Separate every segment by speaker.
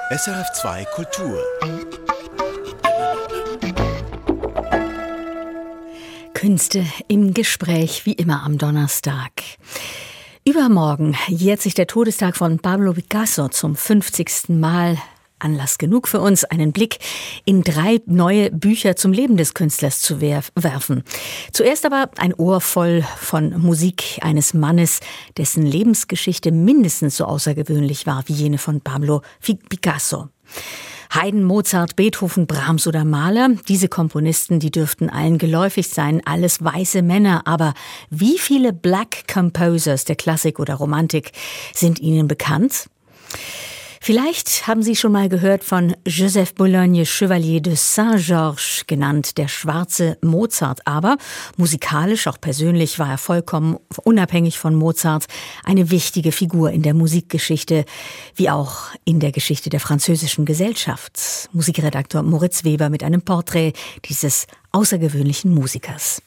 Speaker 1: SRF2 Kultur.
Speaker 2: Künste im Gespräch, wie immer am Donnerstag. Übermorgen jährt sich der Todestag von Pablo Picasso zum 50. Mal. Anlass genug für uns, einen Blick in 3 neue Bücher zum Leben des Künstlers zu werfen. Zuerst aber ein Ohr voll von Musik eines Mannes, dessen Lebensgeschichte mindestens so außergewöhnlich war wie jene von Pablo Picasso. Haydn, Mozart, Beethoven, Brahms oder Mahler, diese Komponisten, die dürften allen geläufig sein, alles weiße Männer. Aber wie viele Black Composers der Klassik oder Romantik sind Ihnen bekannt? Vielleicht haben Sie schon mal gehört von Joseph Bologne, Chevalier de Saint-Georges, genannt der schwarze Mozart. Aber musikalisch, auch persönlich, war er vollkommen unabhängig von Mozart eine wichtige Figur in der Musikgeschichte, wie auch in der Geschichte der französischen Gesellschaft. Musikredakteur Moritz Weber mit einem Porträt dieses außergewöhnlichen Musikers.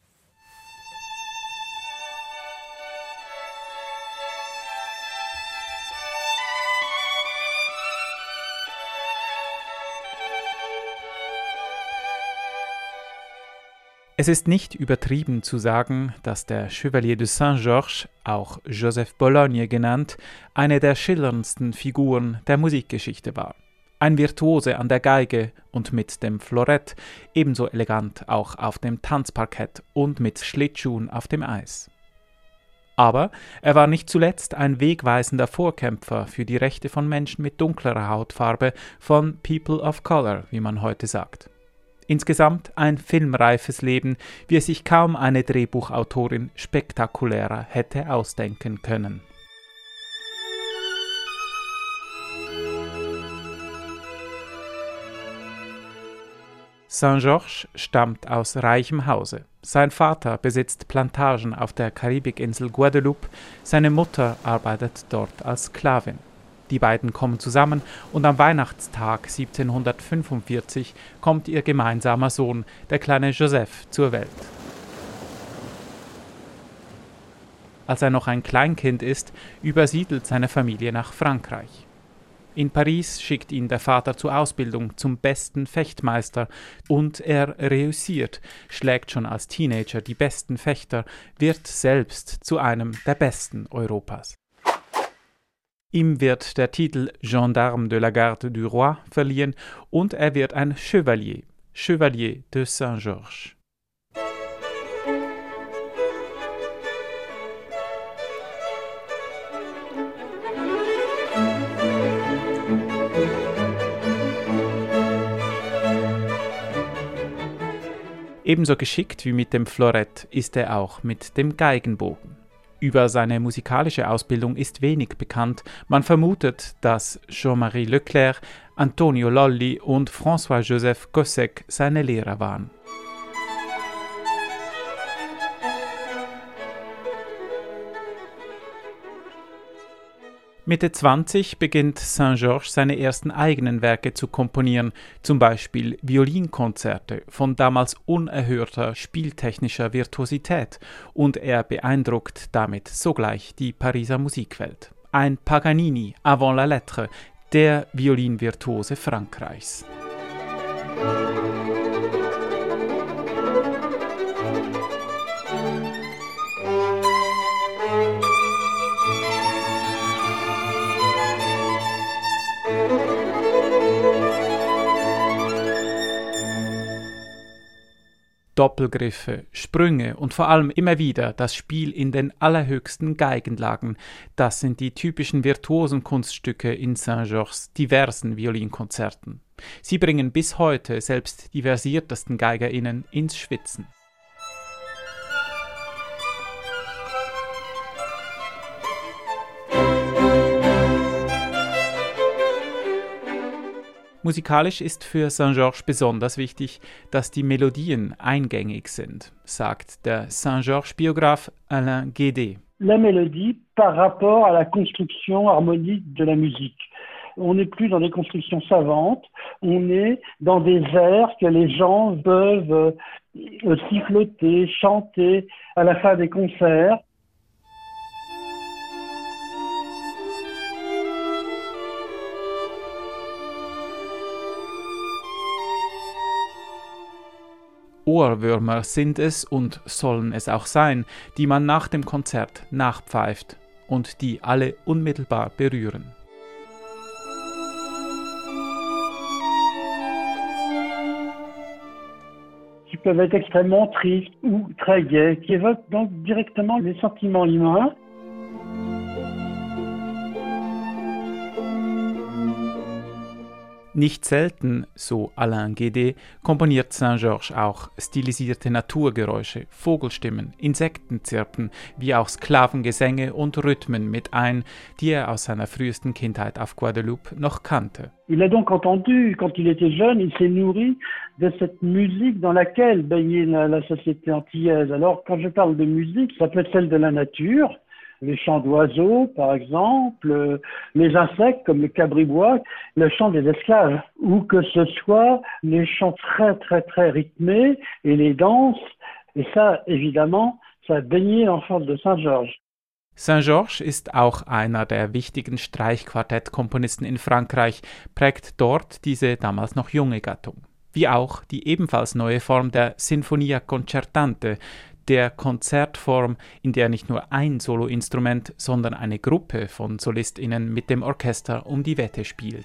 Speaker 3: Es ist nicht übertrieben zu sagen, dass der Chevalier de Saint-Georges, auch Joseph Bologne genannt, eine der schillerndsten Figuren der Musikgeschichte war. Ein Virtuose an der Geige und mit dem Florett, ebenso elegant auch auf dem Tanzparkett und mit Schlittschuhen auf dem Eis. Aber er war nicht zuletzt ein wegweisender Vorkämpfer für die Rechte von Menschen mit dunklerer Hautfarbe, von People of Color, wie man heute sagt. Insgesamt ein filmreifes Leben, wie es sich kaum eine Drehbuchautorin spektakulärer hätte ausdenken können. Saint-Georges stammt aus reichem Hause. Sein Vater besitzt Plantagen auf der Karibikinsel Guadeloupe, seine Mutter arbeitet dort als Sklavin. Die beiden kommen zusammen und am Weihnachtstag 1745 kommt ihr gemeinsamer Sohn, der kleine Joseph, zur Welt. Als er noch ein Kleinkind ist, übersiedelt seine Familie nach Frankreich. In Paris schickt ihn der Vater zur Ausbildung zum besten Fechtmeister und er reüssiert, schlägt schon als Teenager die besten Fechter, wird selbst zu einem der besten Europas. Ihm wird der Titel Gendarme de la Garde du Roi verliehen und er wird ein Chevalier, Chevalier de Saint-Georges. Ebenso geschickt wie mit dem Florett ist er auch mit dem Geigenbogen. Über seine musikalische Ausbildung ist wenig bekannt. Man vermutet, dass Jean-Marie Leclerc, Antonio Lolli und François-Joseph Gossec seine Lehrer waren. Mitte 20 beginnt Saint-Georges seine ersten eigenen Werke zu komponieren, zum Beispiel Violinkonzerte von damals unerhörter spieltechnischer Virtuosität, und er beeindruckt damit sogleich die Pariser Musikwelt. Ein Paganini avant la lettre, der Violinvirtuose Frankreichs. Doppelgriffe, Sprünge und vor allem immer wieder das Spiel in den allerhöchsten Geigenlagen, das sind die typischen virtuosen Kunststücke in Saint-Georges diversen Violinkonzerten. Sie bringen bis heute selbst die versiertesten GeigerInnen ins Schwitzen. Musikalisch ist für Saint-Georges besonders wichtig, dass die Melodien eingängig sind, sagt der Saint-Georges-Biograph Alain Guédé.
Speaker 4: La mélodie par rapport à la construction harmonique de la musique. On n'est plus dans des constructions savantes, on est dans des airs que les gens peuvent siffloter, chanter à la fin des concerts.
Speaker 3: Ohrwürmer sind es und sollen es auch sein, die man nach dem Konzert nachpfeift und die alle unmittelbar berühren.
Speaker 4: Qui peuvent être extrêmement tristes ou très gais, qui évoquent donc directement les sentiments humains.
Speaker 3: Nicht selten, so Alain Guédé, komponiert Saint-Georges auch stilisierte Naturgeräusche, Vogelstimmen, Insektenzirpen, wie auch Sklavengesänge und Rhythmen mit ein, die er aus seiner frühesten Kindheit auf Guadeloupe noch kannte.
Speaker 4: Il a donc entendu, quand il était jeune, il s'est nourri de cette musique dans laquelle baignait la société antillaise. Alors, quand je parle de musique, ça peut être celle de la nature, les chants d'oiseaux, par exemple, les insectes comme le cabribois, le chant des esclaves, ou que ce soit les chants très, très, très rythmés et les danses. Et ça, évidemment, ça a baigné l'enfance de Saint-Georges.
Speaker 3: Saint-Georges ist auch einer der wichtigen Streichquartettkomponisten in Frankreich, prägt dort diese damals noch junge Gattung. Wie auch die ebenfalls neue Form der Sinfonia Concertante, der Konzertform, in der nicht nur ein Soloinstrument, sondern eine Gruppe von SolistInnen mit dem Orchester um die Wette spielt.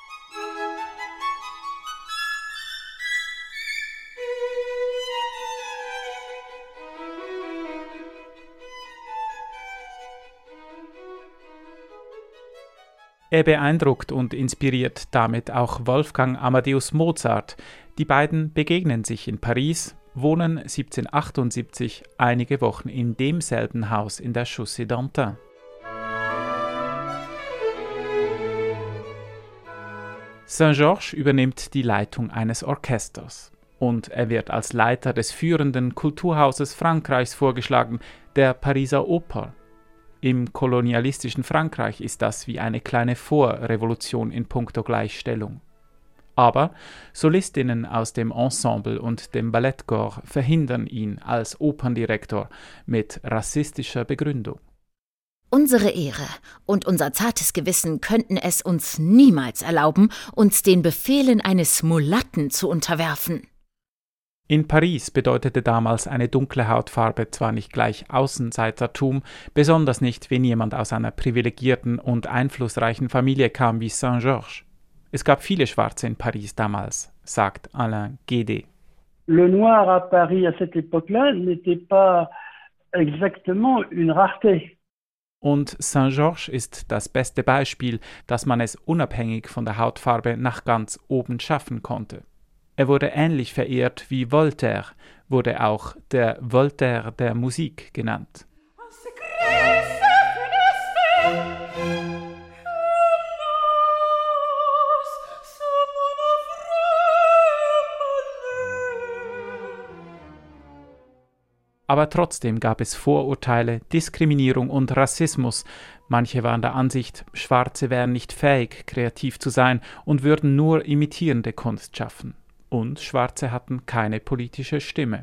Speaker 3: Er beeindruckt und inspiriert damit auch Wolfgang Amadeus Mozart. Die beiden begegnen sich in Paris, wohnen 1778 einige Wochen in demselben Haus in der Chaussée d'Antin. Saint-Georges übernimmt die Leitung eines Orchesters und er wird als Leiter des führenden Kulturhauses Frankreichs vorgeschlagen, der Pariser Oper. Im kolonialistischen Frankreich ist das wie eine kleine Vorrevolution in puncto Gleichstellung. Aber Solistinnen aus dem Ensemble und dem Ballettcorps verhindern ihn als Operndirektor mit rassistischer Begründung.
Speaker 1: Unsere Ehre und unser zartes Gewissen könnten es uns niemals erlauben, uns den Befehlen eines Mulatten zu unterwerfen.
Speaker 3: In Paris bedeutete damals eine dunkle Hautfarbe zwar nicht gleich Außenseitertum, besonders nicht, wenn jemand aus einer privilegierten und einflussreichen Familie kam wie Saint-Georges. Es gab viele Schwarze in Paris damals, sagt Alain Guédé.
Speaker 4: Le noir à Paris à cette époque-là n'était pas exactement une rareté.
Speaker 3: Und Saint-Georges ist das beste Beispiel, dass man es unabhängig von der Hautfarbe nach ganz oben schaffen konnte. Er wurde ähnlich verehrt wie Voltaire, wurde auch der Voltaire der Musik genannt. Aber trotzdem gab es Vorurteile, Diskriminierung und Rassismus. Manche waren der Ansicht, Schwarze wären nicht fähig, kreativ zu sein und würden nur imitierende Kunst schaffen. Und Schwarze hatten keine politische Stimme.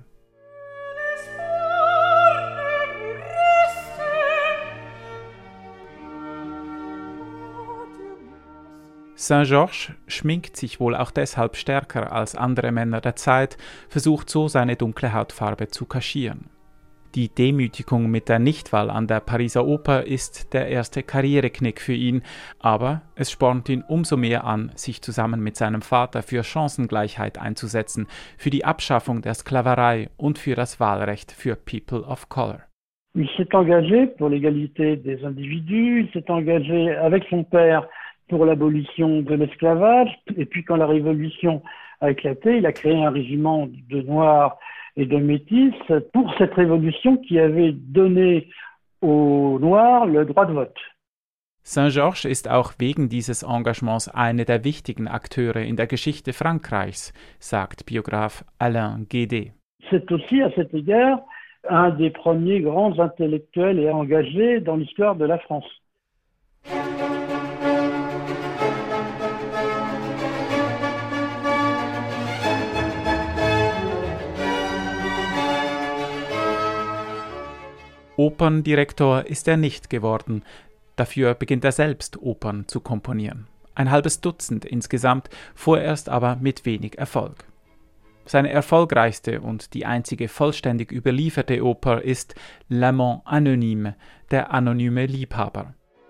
Speaker 3: Saint-Georges schminkt sich wohl auch deshalb stärker als andere Männer der Zeit, versucht so seine dunkle Hautfarbe zu kaschieren. Die Demütigung mit der Nichtwahl an der Pariser Oper ist der erste Karriereknick für ihn, aber es spornt ihn umso mehr an, sich zusammen mit seinem Vater für Chancengleichheit einzusetzen, für die Abschaffung der Sklaverei und für das Wahlrecht für People of Color.
Speaker 4: Il s'est engagé pour l'égalité des individus, il s'est engagé avec son père pour l'abolition de l'esclavage, et puis quand la révolution a éclaté, il a créé un régiment de Noirs et de Métis pour cette révolution qui avait donné aux Noirs le droit de vote.
Speaker 3: Saint-Georges ist auch wegen dieses Engagements einer der wichtigen Akteure in der Geschichte Frankreichs, sagt Biograf Alain Guédé.
Speaker 4: C'est aussi à cet égard un des premiers grands intellectuels et engagés dans l'histoire de la France.
Speaker 3: Operndirektor ist er nicht geworden. Dafür beginnt er selbst, Opern zu komponieren. Ein halbes Dutzend insgesamt, vorerst aber mit wenig Erfolg. Seine erfolgreichste und die einzige vollständig überlieferte Oper ist L'Amant anonyme, der anonyme Liebhaber.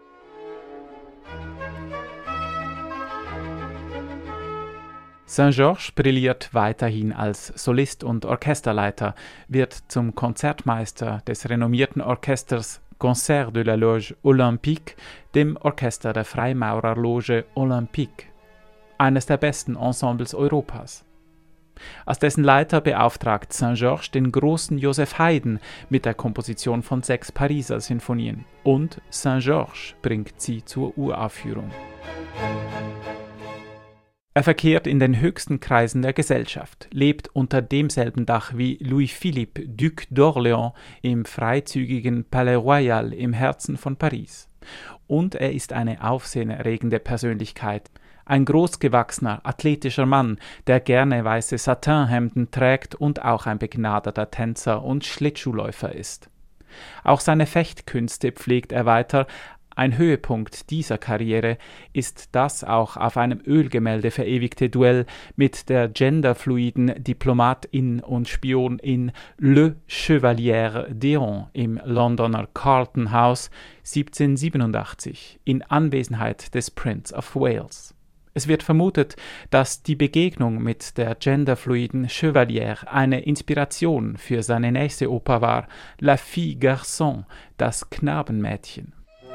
Speaker 3: Saint-Georges brilliert weiterhin als Solist und Orchesterleiter, wird zum Konzertmeister des renommierten Orchesters Concert de la Loge Olympique, dem Orchester der Freimaurerloge Olympique, eines der besten Ensembles Europas. Als dessen Leiter beauftragt Saint-Georges den großen Joseph Haydn mit der Komposition von 6 Pariser Sinfonien und Saint-Georges bringt sie zur Uraufführung. Er verkehrt in den höchsten Kreisen der Gesellschaft, lebt unter demselben Dach wie Louis-Philippe, Duc d'Orléans, im freizügigen Palais Royal im Herzen von Paris. Und er ist eine aufsehenerregende Persönlichkeit. Ein großgewachsener, athletischer Mann, der gerne weiße Satinhemden trägt und auch ein begnadeter Tänzer und Schlittschuhläufer ist. Auch seine Fechtkünste pflegt er weiter. Ein Höhepunkt dieser Karriere ist das auch auf einem Ölgemälde verewigte Duell mit der genderfluiden Diplomatin und Spionin Le Chevalier d'Eon im Londoner Carlton House 1787 in Anwesenheit des Prince of Wales. Es wird vermutet, dass die Begegnung mit der genderfluiden Chevalier eine Inspiration für seine nächste Oper war, La Fille Garçon, das Knabenmädchen.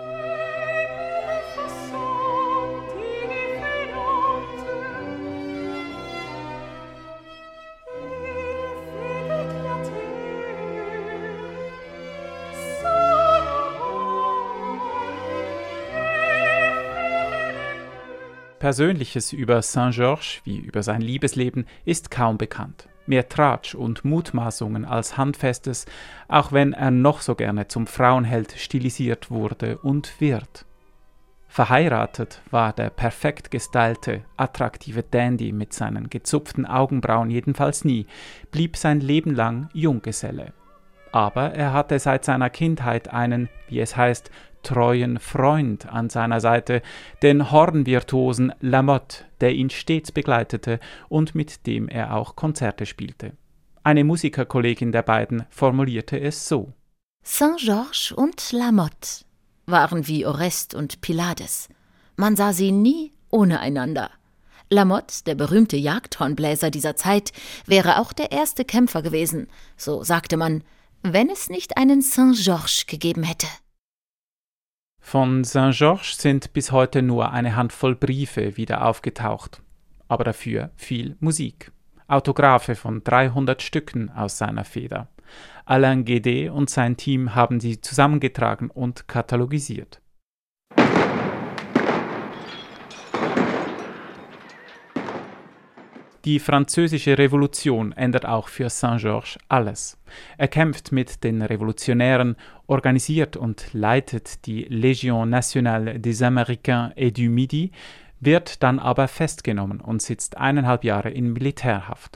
Speaker 3: Persönliches über Saint-Georges, wie über sein Liebesleben, ist kaum bekannt. Mehr Tratsch und Mutmaßungen als Handfestes, auch wenn er noch so gerne zum Frauenheld stilisiert wurde und wird. Verheiratet war der perfekt gestylte, attraktive Dandy mit seinen gezupften Augenbrauen jedenfalls nie, blieb sein Leben lang Junggeselle. Aber er hatte seit seiner Kindheit einen, wie es heißt, treuen Freund an seiner Seite, den Hornvirtuosen Lamotte, der ihn stets begleitete und mit dem er auch Konzerte spielte. Eine Musikerkollegin der beiden formulierte es so:
Speaker 1: Saint-Georges und Lamotte waren wie Orest und Pylades. Man sah sie nie ohne einander. Lamotte, der berühmte Jagdhornbläser dieser Zeit, wäre auch der erste Kämpfer gewesen, so sagte man, wenn es nicht einen Saint-Georges gegeben hätte.
Speaker 3: Von Saint-Georges sind bis heute nur eine Handvoll Briefe wieder aufgetaucht, aber dafür viel Musik. Autographe von 300 Stücken aus seiner Feder. Alain Guédé und sein Team haben sie zusammengetragen und katalogisiert. Die französische Revolution ändert auch für Saint-Georges alles. Er kämpft mit den Revolutionären, organisiert und leitet die Légion Nationale des Américains et du Midi, wird dann aber festgenommen und sitzt 1,5 Jahre in Militärhaft.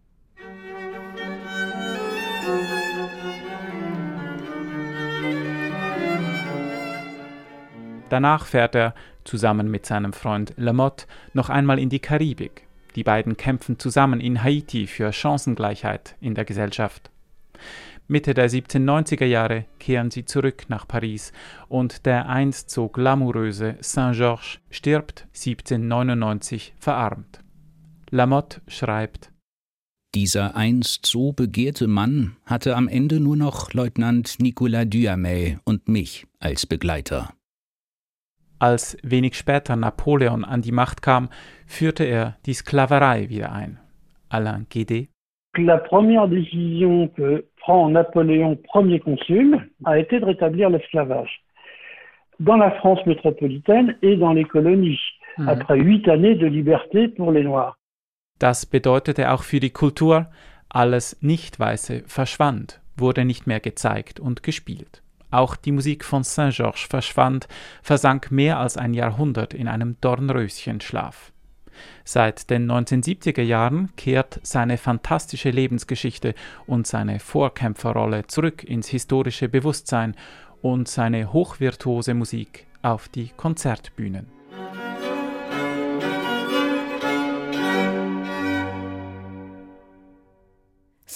Speaker 3: Danach fährt er, zusammen mit seinem Freund Lamotte, noch einmal in die Karibik. Die beiden kämpfen zusammen in Haiti für Chancengleichheit in der Gesellschaft. Mitte der 1790er Jahre kehren sie zurück nach Paris und der einst so glamouröse Saint-Georges stirbt 1799 verarmt. Lamotte schreibt:
Speaker 5: Dieser einst so begehrte Mann hatte am Ende nur noch Leutnant Nicolas Duhamel und mich als Begleiter.
Speaker 3: Als wenig später Napoleon an die Macht kam, führte er die Sklaverei wieder ein. Alain Guédé.
Speaker 4: La première décision que prend Napoléon, premier consul, a été de rétablir l'esclavage dans la France métropolitaine et dans les colonies, après 8 années de liberté pour les Noirs.
Speaker 3: Das bedeutete auch für die Kultur, alles Nicht-Weiße verschwand, wurde nicht mehr gezeigt und gespielt. Auch die Musik von Saint-Georges verschwand, versank mehr als ein Jahrhundert in einem Dornröschenschlaf. Seit den 1970er Jahren kehrt seine fantastische Lebensgeschichte und seine Vorkämpferrolle zurück ins historische Bewusstsein und seine hochvirtuose Musik auf die Konzertbühnen.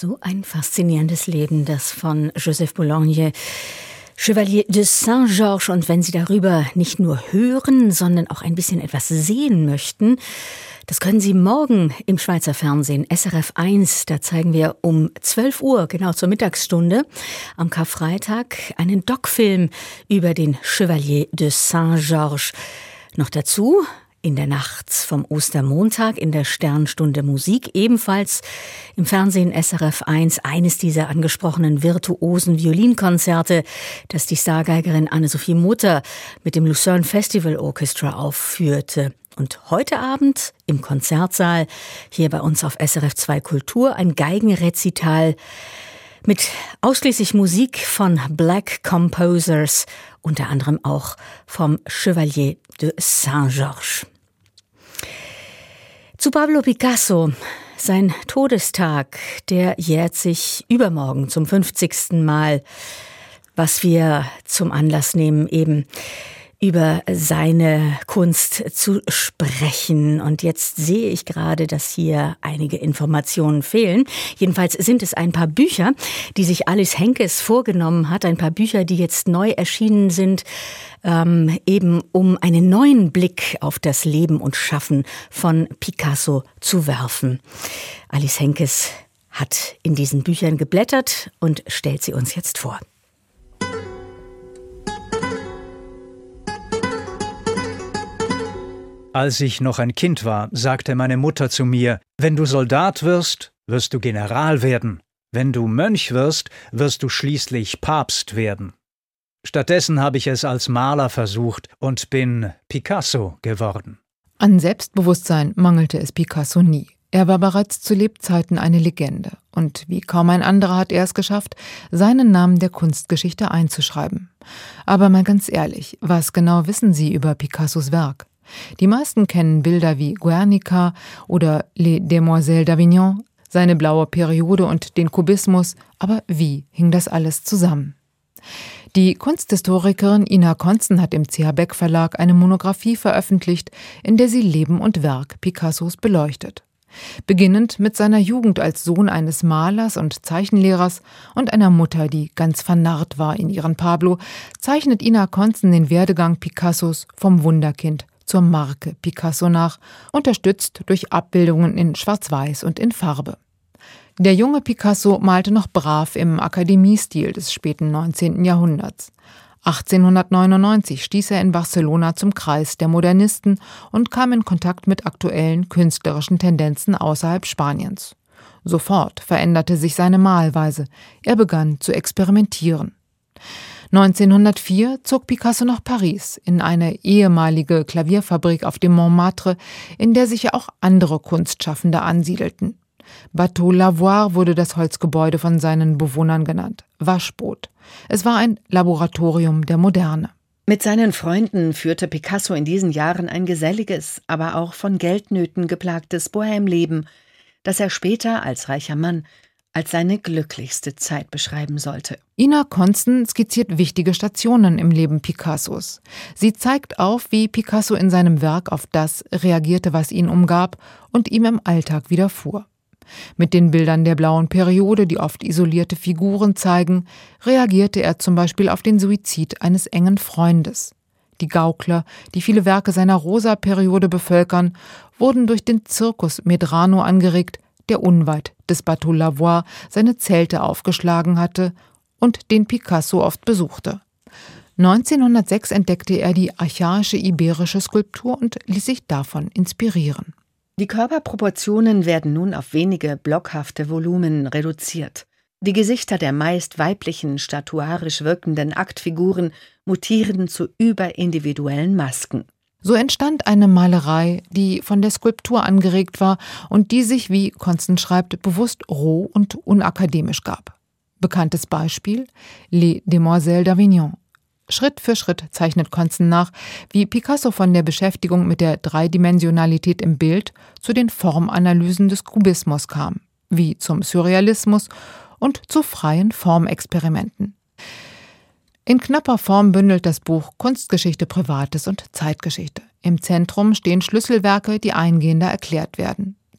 Speaker 2: So ein faszinierendes Leben, das von Joseph Boulogne, Chevalier de Saint-Georges. Und wenn Sie darüber nicht nur hören, sondern auch ein bisschen etwas sehen möchten, das können Sie morgen im Schweizer Fernsehen, SRF 1. Da zeigen wir um 12 Uhr, genau zur Mittagsstunde, am Karfreitag, einen Doc-Film über den Chevalier de Saint-Georges. Noch dazu in der Nacht vom Ostermontag in der Sternstunde Musik, ebenfalls im Fernsehen SRF 1, eines dieser angesprochenen virtuosen Violinkonzerte, das die Stargeigerin Anne-Sophie Mutter mit dem Lucerne Festival Orchestra aufführte. Und heute Abend im Konzertsaal, hier bei uns auf SRF 2 Kultur, ein Geigenrezital mit ausschließlich Musik von Black Composers, unter anderem auch vom Chevalier de Saint-Georges. Zu Pablo Picasso, sein Todestag, der jährt sich übermorgen zum 50. Mal, was wir zum Anlass nehmen, eben über seine Kunst zu sprechen. Und jetzt sehe ich gerade, dass hier einige Informationen fehlen. Jedenfalls sind es ein paar Bücher, die sich Alice Henkes vorgenommen hat. Ein paar Bücher, die jetzt neu erschienen sind, eben um einen neuen Blick auf das Leben und Schaffen von Picasso zu werfen. Alice Henkes hat in diesen Büchern geblättert und stellt sie uns jetzt vor.
Speaker 6: Als ich noch ein Kind war, sagte meine Mutter zu mir, wenn du Soldat wirst, wirst du General werden. Wenn du Mönch wirst, wirst du schließlich Papst werden. Stattdessen habe ich es als Maler versucht und bin Picasso geworden.
Speaker 7: An Selbstbewusstsein mangelte es Picasso nie. Er war bereits zu Lebzeiten eine Legende. Und wie kaum ein anderer hat er es geschafft, seinen Namen der Kunstgeschichte einzuschreiben. Aber mal ganz ehrlich, was genau wissen Sie über Picassos Werk? Die meisten kennen Bilder wie Guernica oder Les Demoiselles d'Avignon, seine blaue Periode und den Kubismus. Aber wie hing das alles zusammen? Die Kunsthistorikerin Ina Konzen hat im CH Beck Verlag eine Monographie veröffentlicht, in der sie Leben und Werk Picassos beleuchtet. Beginnend mit seiner Jugend als Sohn eines Malers und Zeichenlehrers und einer Mutter, die ganz vernarrt war in ihren Pablo, zeichnet Ina Konzen den Werdegang Picassos vom Wunderkind zur Marke Picasso nach, unterstützt durch Abbildungen in Schwarz-Weiß und in Farbe. Der junge Picasso malte noch brav im Akademiestil des späten 19. Jahrhunderts. 1899 stieß er in Barcelona zum Kreis der Modernisten und kam in Kontakt mit aktuellen künstlerischen Tendenzen außerhalb Spaniens. Sofort veränderte sich seine Malweise. Er begann zu experimentieren. 1904 zog Picasso nach Paris, in eine ehemalige Klavierfabrik auf dem Montmartre, in der sich ja auch andere Kunstschaffende ansiedelten. Bateau Lavoir wurde das Holzgebäude von seinen Bewohnern genannt. Waschboot. Es war ein Laboratorium der Moderne.
Speaker 1: Mit seinen Freunden führte Picasso in diesen Jahren ein geselliges, aber auch von Geldnöten geplagtes Bohèmleben, das er später als reicher Mann als seine glücklichste Zeit beschreiben sollte.
Speaker 7: Ina Konzen skizziert wichtige Stationen im Leben Picassos. Sie zeigt auf, wie Picasso in seinem Werk auf das reagierte, was ihn umgab und ihm im Alltag widerfuhr. Mit den Bildern der blauen Periode, die oft isolierte Figuren zeigen, reagierte er zum Beispiel auf den Suizid eines engen Freundes. Die Gaukler, die viele Werke seiner Rosa-Periode bevölkern, wurden durch den Zirkus Medrano angeregt, der unweit des Bateau Lavoir seine Zelte aufgeschlagen hatte und den Picasso oft besuchte. 1906 entdeckte er die archaische iberische Skulptur und ließ sich davon inspirieren.
Speaker 1: Die Körperproportionen werden nun auf wenige blockhafte Volumen reduziert. Die Gesichter der meist weiblichen, statuarisch wirkenden Aktfiguren mutieren zu überindividuellen Masken.
Speaker 7: So entstand eine Malerei, die von der Skulptur angeregt war und die sich, wie Konzen schreibt, bewusst roh und unakademisch gab. Bekanntes Beispiel: Les Demoiselles d'Avignon. Schritt für Schritt zeichnet Konzen nach, wie Picasso von der Beschäftigung mit der Dreidimensionalität im Bild zu den Formanalysen des Kubismus kam, wie zum Surrealismus und zu freien Formexperimenten. In knapper Form bündelt das Buch Kunstgeschichte Privates und Zeitgeschichte. Im Zentrum stehen Schlüsselwerke, die eingehender erklärt werden.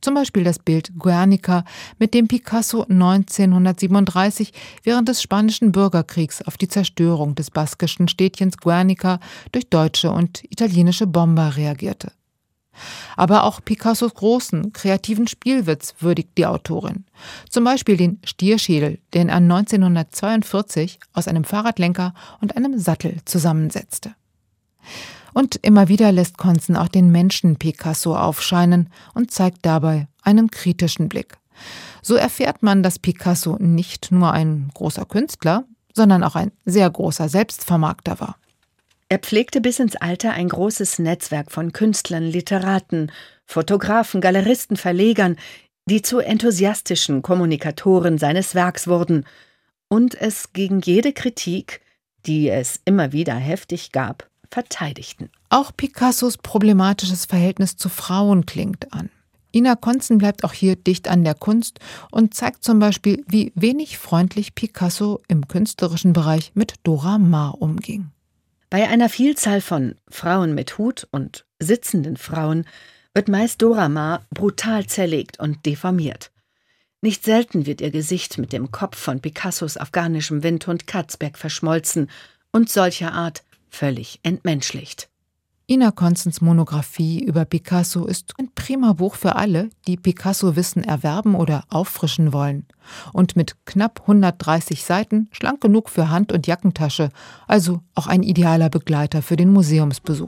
Speaker 7: Zum Beispiel das Bild Guernica, mit dem Picasso 1937 während des Spanischen Bürgerkriegs auf die Zerstörung des baskischen Städtchens Guernica durch deutsche und italienische Bomber reagierte. Aber auch Picassos großen, kreativen Spielwitz würdigt die Autorin. Zum Beispiel den Stierschädel, den er 1942 aus einem Fahrradlenker und einem Sattel zusammensetzte. Und immer wieder lässt Conzen auch den Menschen Picasso aufscheinen und zeigt dabei einen kritischen Blick. So erfährt man, dass Picasso nicht nur ein großer Künstler, sondern auch ein sehr großer Selbstvermarkter war.
Speaker 2: Er pflegte bis ins Alter ein großes Netzwerk von Künstlern, Literaten, Fotografen, Galeristen, Verlegern, die zu enthusiastischen Kommunikatoren seines Werks wurden und es gegen jede Kritik, die es immer wieder heftig gab, verteidigten.
Speaker 7: Auch Picassos problematisches Verhältnis zu Frauen klingt an. Ina Conzen bleibt auch hier dicht an der Kunst und zeigt zum Beispiel, wie wenig freundlich Picasso im künstlerischen Bereich mit Dora Maar umging.
Speaker 2: Bei einer Vielzahl von Frauen mit Hut und sitzenden Frauen wird meist Dora Maar brutal zerlegt und deformiert. Nicht selten wird ihr Gesicht mit dem Kopf von Picassos afghanischem Windhund Katzberg verschmolzen und solcher Art völlig entmenschlicht.
Speaker 7: Ina Conzens Monographie über Picasso ist ein prima Buch für alle, die Picasso-Wissen erwerben oder auffrischen wollen. Und mit knapp 130 Seiten schlank genug für Hand- und Jackentasche, also auch ein idealer Begleiter für den Museumsbesuch.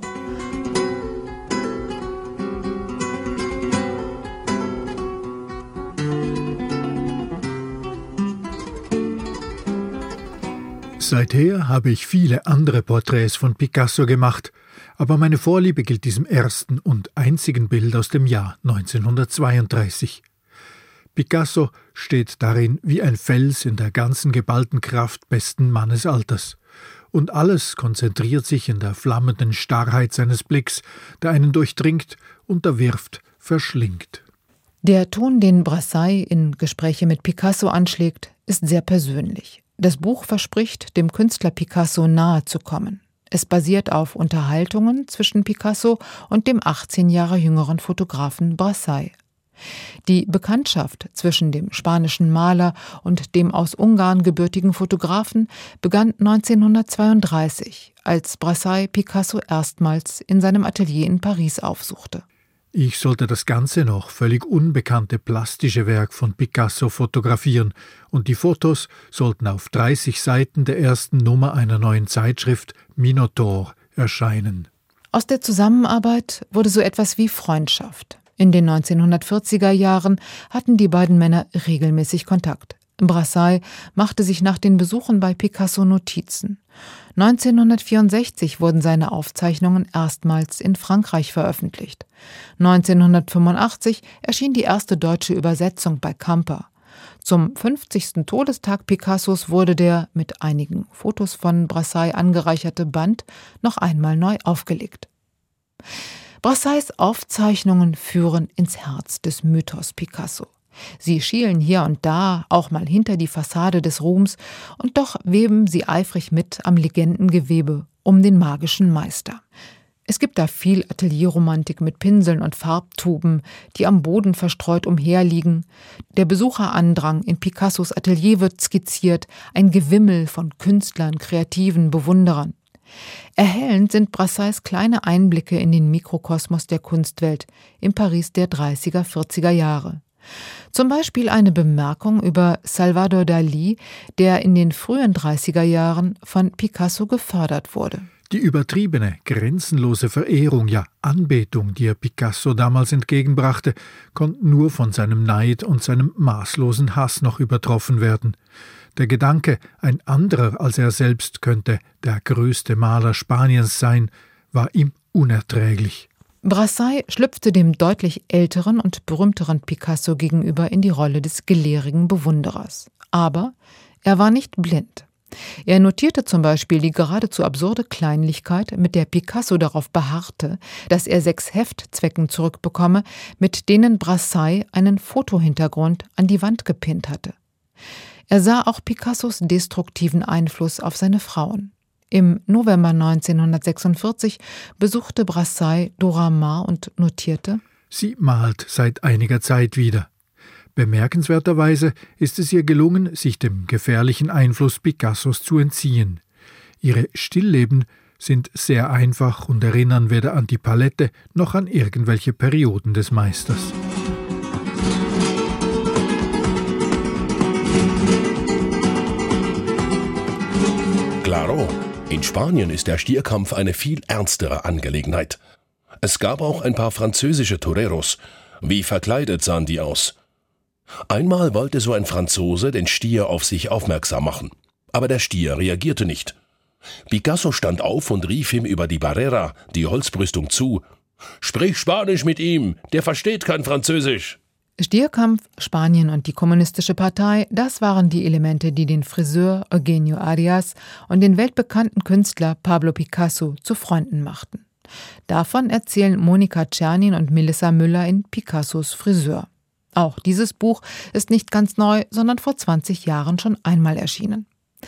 Speaker 8: Seither habe ich viele andere Porträts von Picasso gemacht, aber meine Vorliebe gilt diesem ersten und einzigen Bild aus dem Jahr 1932. Picasso steht darin wie ein Fels in der ganzen geballten Kraft besten Mannesalters. Und alles konzentriert sich in der flammenden Starrheit seines Blicks, der einen durchdringt, unterwirft, verschlingt.
Speaker 7: Der Ton, den Brassai in Gespräche mit Picasso anschlägt, ist sehr persönlich. Das Buch verspricht, dem Künstler Picasso nahe zu kommen. Es basiert auf Unterhaltungen zwischen Picasso und dem 18 Jahre jüngeren Fotografen Brassai. Die Bekanntschaft zwischen dem spanischen Maler und dem aus Ungarn gebürtigen Fotografen begann 1932, als Brassai Picasso erstmals in seinem Atelier in Paris aufsuchte.
Speaker 8: Ich sollte das ganze noch völlig unbekannte plastische Werk von Picasso fotografieren und die Fotos sollten auf 30 Seiten der ersten Nummer einer neuen Zeitschrift Minotaur erscheinen.
Speaker 7: Aus der Zusammenarbeit wurde so etwas wie Freundschaft. In den 1940er Jahren hatten die beiden Männer regelmäßig Kontakt. Brassai machte sich nach den Besuchen bei Picasso Notizen. 1964 wurden seine Aufzeichnungen erstmals in Frankreich veröffentlicht. 1985 erschien die erste deutsche Übersetzung bei Camper. Zum 50. Todestag Picassos wurde der mit einigen Fotos von Brassai angereicherte Band noch einmal neu aufgelegt. Brassais Aufzeichnungen führen ins Herz des Mythos Picasso. Sie schielen hier und da auch mal hinter die Fassade des Ruhms und doch weben sie eifrig mit am Legendengewebe um den magischen Meister. Es gibt da viel Atelierromantik mit Pinseln und Farbtuben, die am Boden verstreut umherliegen. Der Besucherandrang in Picassos Atelier wird skizziert, ein Gewimmel von Künstlern, Kreativen, Bewunderern. Erhellend sind Brassais kleine Einblicke in den Mikrokosmos der Kunstwelt im Paris der 30er, 40er Jahre. Zum Beispiel eine Bemerkung über Salvador Dalí, der in den frühen 30er Jahren von Picasso gefördert wurde.
Speaker 8: Die übertriebene, grenzenlose Verehrung, ja Anbetung, die er Picasso damals entgegenbrachte, konnte nur von seinem Neid und seinem maßlosen Hass noch übertroffen werden. Der Gedanke, ein anderer als er selbst könnte der größte Maler Spaniens sein, war ihm unerträglich.
Speaker 7: Brassai schlüpfte dem deutlich älteren und berühmteren Picasso gegenüber in die Rolle des gelehrigen Bewunderers. Aber er war nicht blind. Er notierte zum Beispiel die geradezu absurde Kleinlichkeit, mit der Picasso darauf beharrte, dass er 6 Heftzwecken zurückbekomme, mit denen Brassai einen Fotohintergrund an die Wand gepinnt hatte. Er sah auch Picassos destruktiven Einfluss auf seine Frauen. Im November 1946 besuchte Brassai Dora Maar und notierte:
Speaker 8: Sie malt seit einiger Zeit wieder. Bemerkenswerterweise ist es ihr gelungen, sich dem gefährlichen Einfluss Picassos zu entziehen. Ihre Stillleben sind sehr einfach und erinnern weder an die Palette noch an irgendwelche Perioden des Meisters.
Speaker 9: Claro, in Spanien ist der Stierkampf eine viel ernstere Angelegenheit. Es gab auch ein paar französische Toreros. Wie verkleidet sahen die aus? Einmal wollte so ein Franzose den Stier auf sich aufmerksam machen. Aber der Stier reagierte nicht. Picasso stand auf und rief ihm über die Barrera, die Holzbrüstung, zu: »Sprich Spanisch mit ihm, der versteht kein Französisch!«
Speaker 7: Stierkampf, Spanien und die Kommunistische Partei, das waren die Elemente, die den Friseur Eugenio Arias und den weltbekannten Künstler Pablo Picasso zu Freunden machten. Davon erzählen Monika Czernin und Melissa Müller in Picassos Friseur. Auch dieses Buch ist nicht ganz neu, sondern vor 20 Jahren schon einmal erschienen.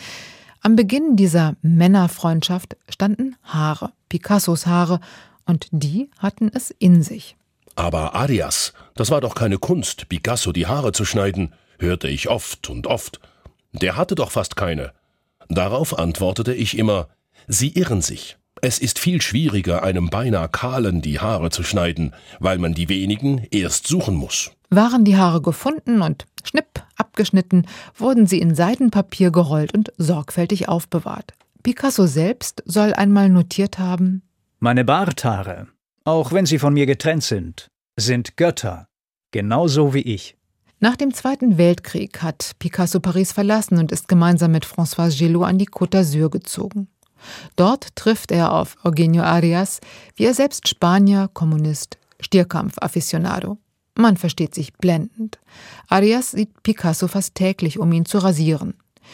Speaker 7: Am Beginn dieser Männerfreundschaft standen Haare, Picassos Haare, und die hatten es in sich.
Speaker 9: »Aber Arias, das war doch keine Kunst, Picasso die Haare zu schneiden«, hörte ich oft und oft. »Der hatte doch fast keine.« Darauf antwortete ich immer: »Sie irren sich. Es ist viel schwieriger, einem beinahe Kahlen die Haare zu schneiden, weil man die wenigen erst suchen muss.«
Speaker 7: Waren die Haare gefunden und schnipp, abgeschnitten, wurden sie in Seidenpapier gerollt und sorgfältig aufbewahrt. Picasso selbst soll einmal notiert haben:
Speaker 6: »Meine Barthaare, auch wenn sie von mir getrennt sind Götter, genauso wie ich.«
Speaker 7: Nach dem Zweiten Weltkrieg hat Picasso Paris verlassen und ist gemeinsam mit Françoise Gillot an die Côte d'Azur gezogen. Dort trifft er auf Eugenio Arias, wie er selbst Spanier, Kommunist, Stierkampf-Afficionado. Man versteht sich blendend. Arias sieht Picasso fast täglich, um ihn zu rasieren.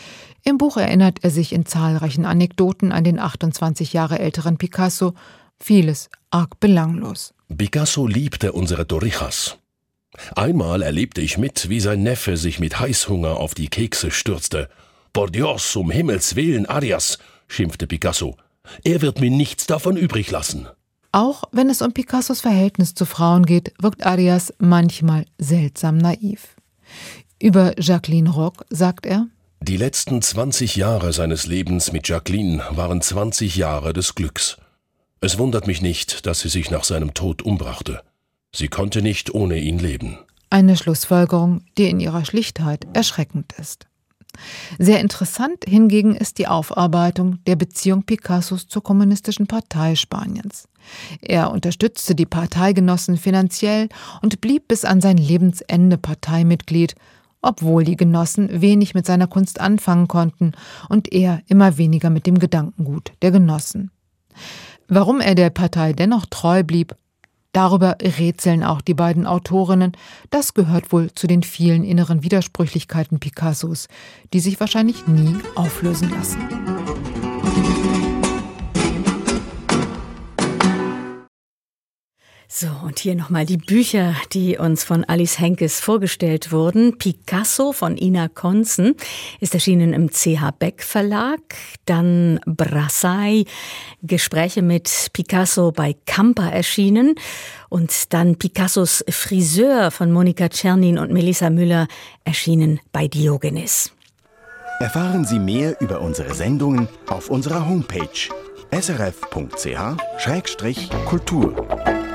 Speaker 7: Im Buch erinnert er sich in zahlreichen Anekdoten an den 28 Jahre älteren Picasso, vieles arg belanglos.
Speaker 9: Picasso liebte unsere Torrijas. Einmal erlebte ich mit, wie sein Neffe sich mit Heißhunger auf die Kekse stürzte. »Por Dios, um Himmels Willen, Arias«, schimpfte Picasso. »Er wird mir nichts davon übrig lassen.«
Speaker 7: Auch wenn es um Picassos Verhältnis zu Frauen geht, wirkt Arias manchmal seltsam naiv. Über Jacqueline Roch sagt er:
Speaker 9: »Die letzten 20 Jahre seines Lebens mit Jacqueline waren 20 Jahre des Glücks. Es wundert mich nicht, dass sie sich nach seinem Tod umbrachte. Sie konnte nicht ohne ihn leben.«
Speaker 7: Eine Schlussfolgerung, die in ihrer Schlichtheit erschreckend ist. Sehr interessant hingegen ist die Aufarbeitung der Beziehung Picassos zur Kommunistischen Partei Spaniens. Er unterstützte die Parteigenossen finanziell und blieb bis an sein Lebensende Parteimitglied, obwohl die Genossen wenig mit seiner Kunst anfangen konnten und er immer weniger mit dem Gedankengut der Genossen. Warum er der Partei dennoch treu blieb, darüber rätseln auch die beiden Autorinnen. Das gehört wohl zu den vielen inneren Widersprüchlichkeiten Picassos, die sich wahrscheinlich nie auflösen lassen.
Speaker 2: So, und hier nochmal die Bücher, die uns von Alice Henkes vorgestellt wurden. Picasso von Ina Konzen ist erschienen im CH Beck Verlag. Dann Brassai, Gespräche mit Picasso bei Kamper erschienen. Und dann Picassos Friseur von Monika Czernin und Melissa Müller erschienen bei Diogenes.
Speaker 10: Erfahren Sie mehr über unsere Sendungen auf unserer Homepage srf.ch/kultur.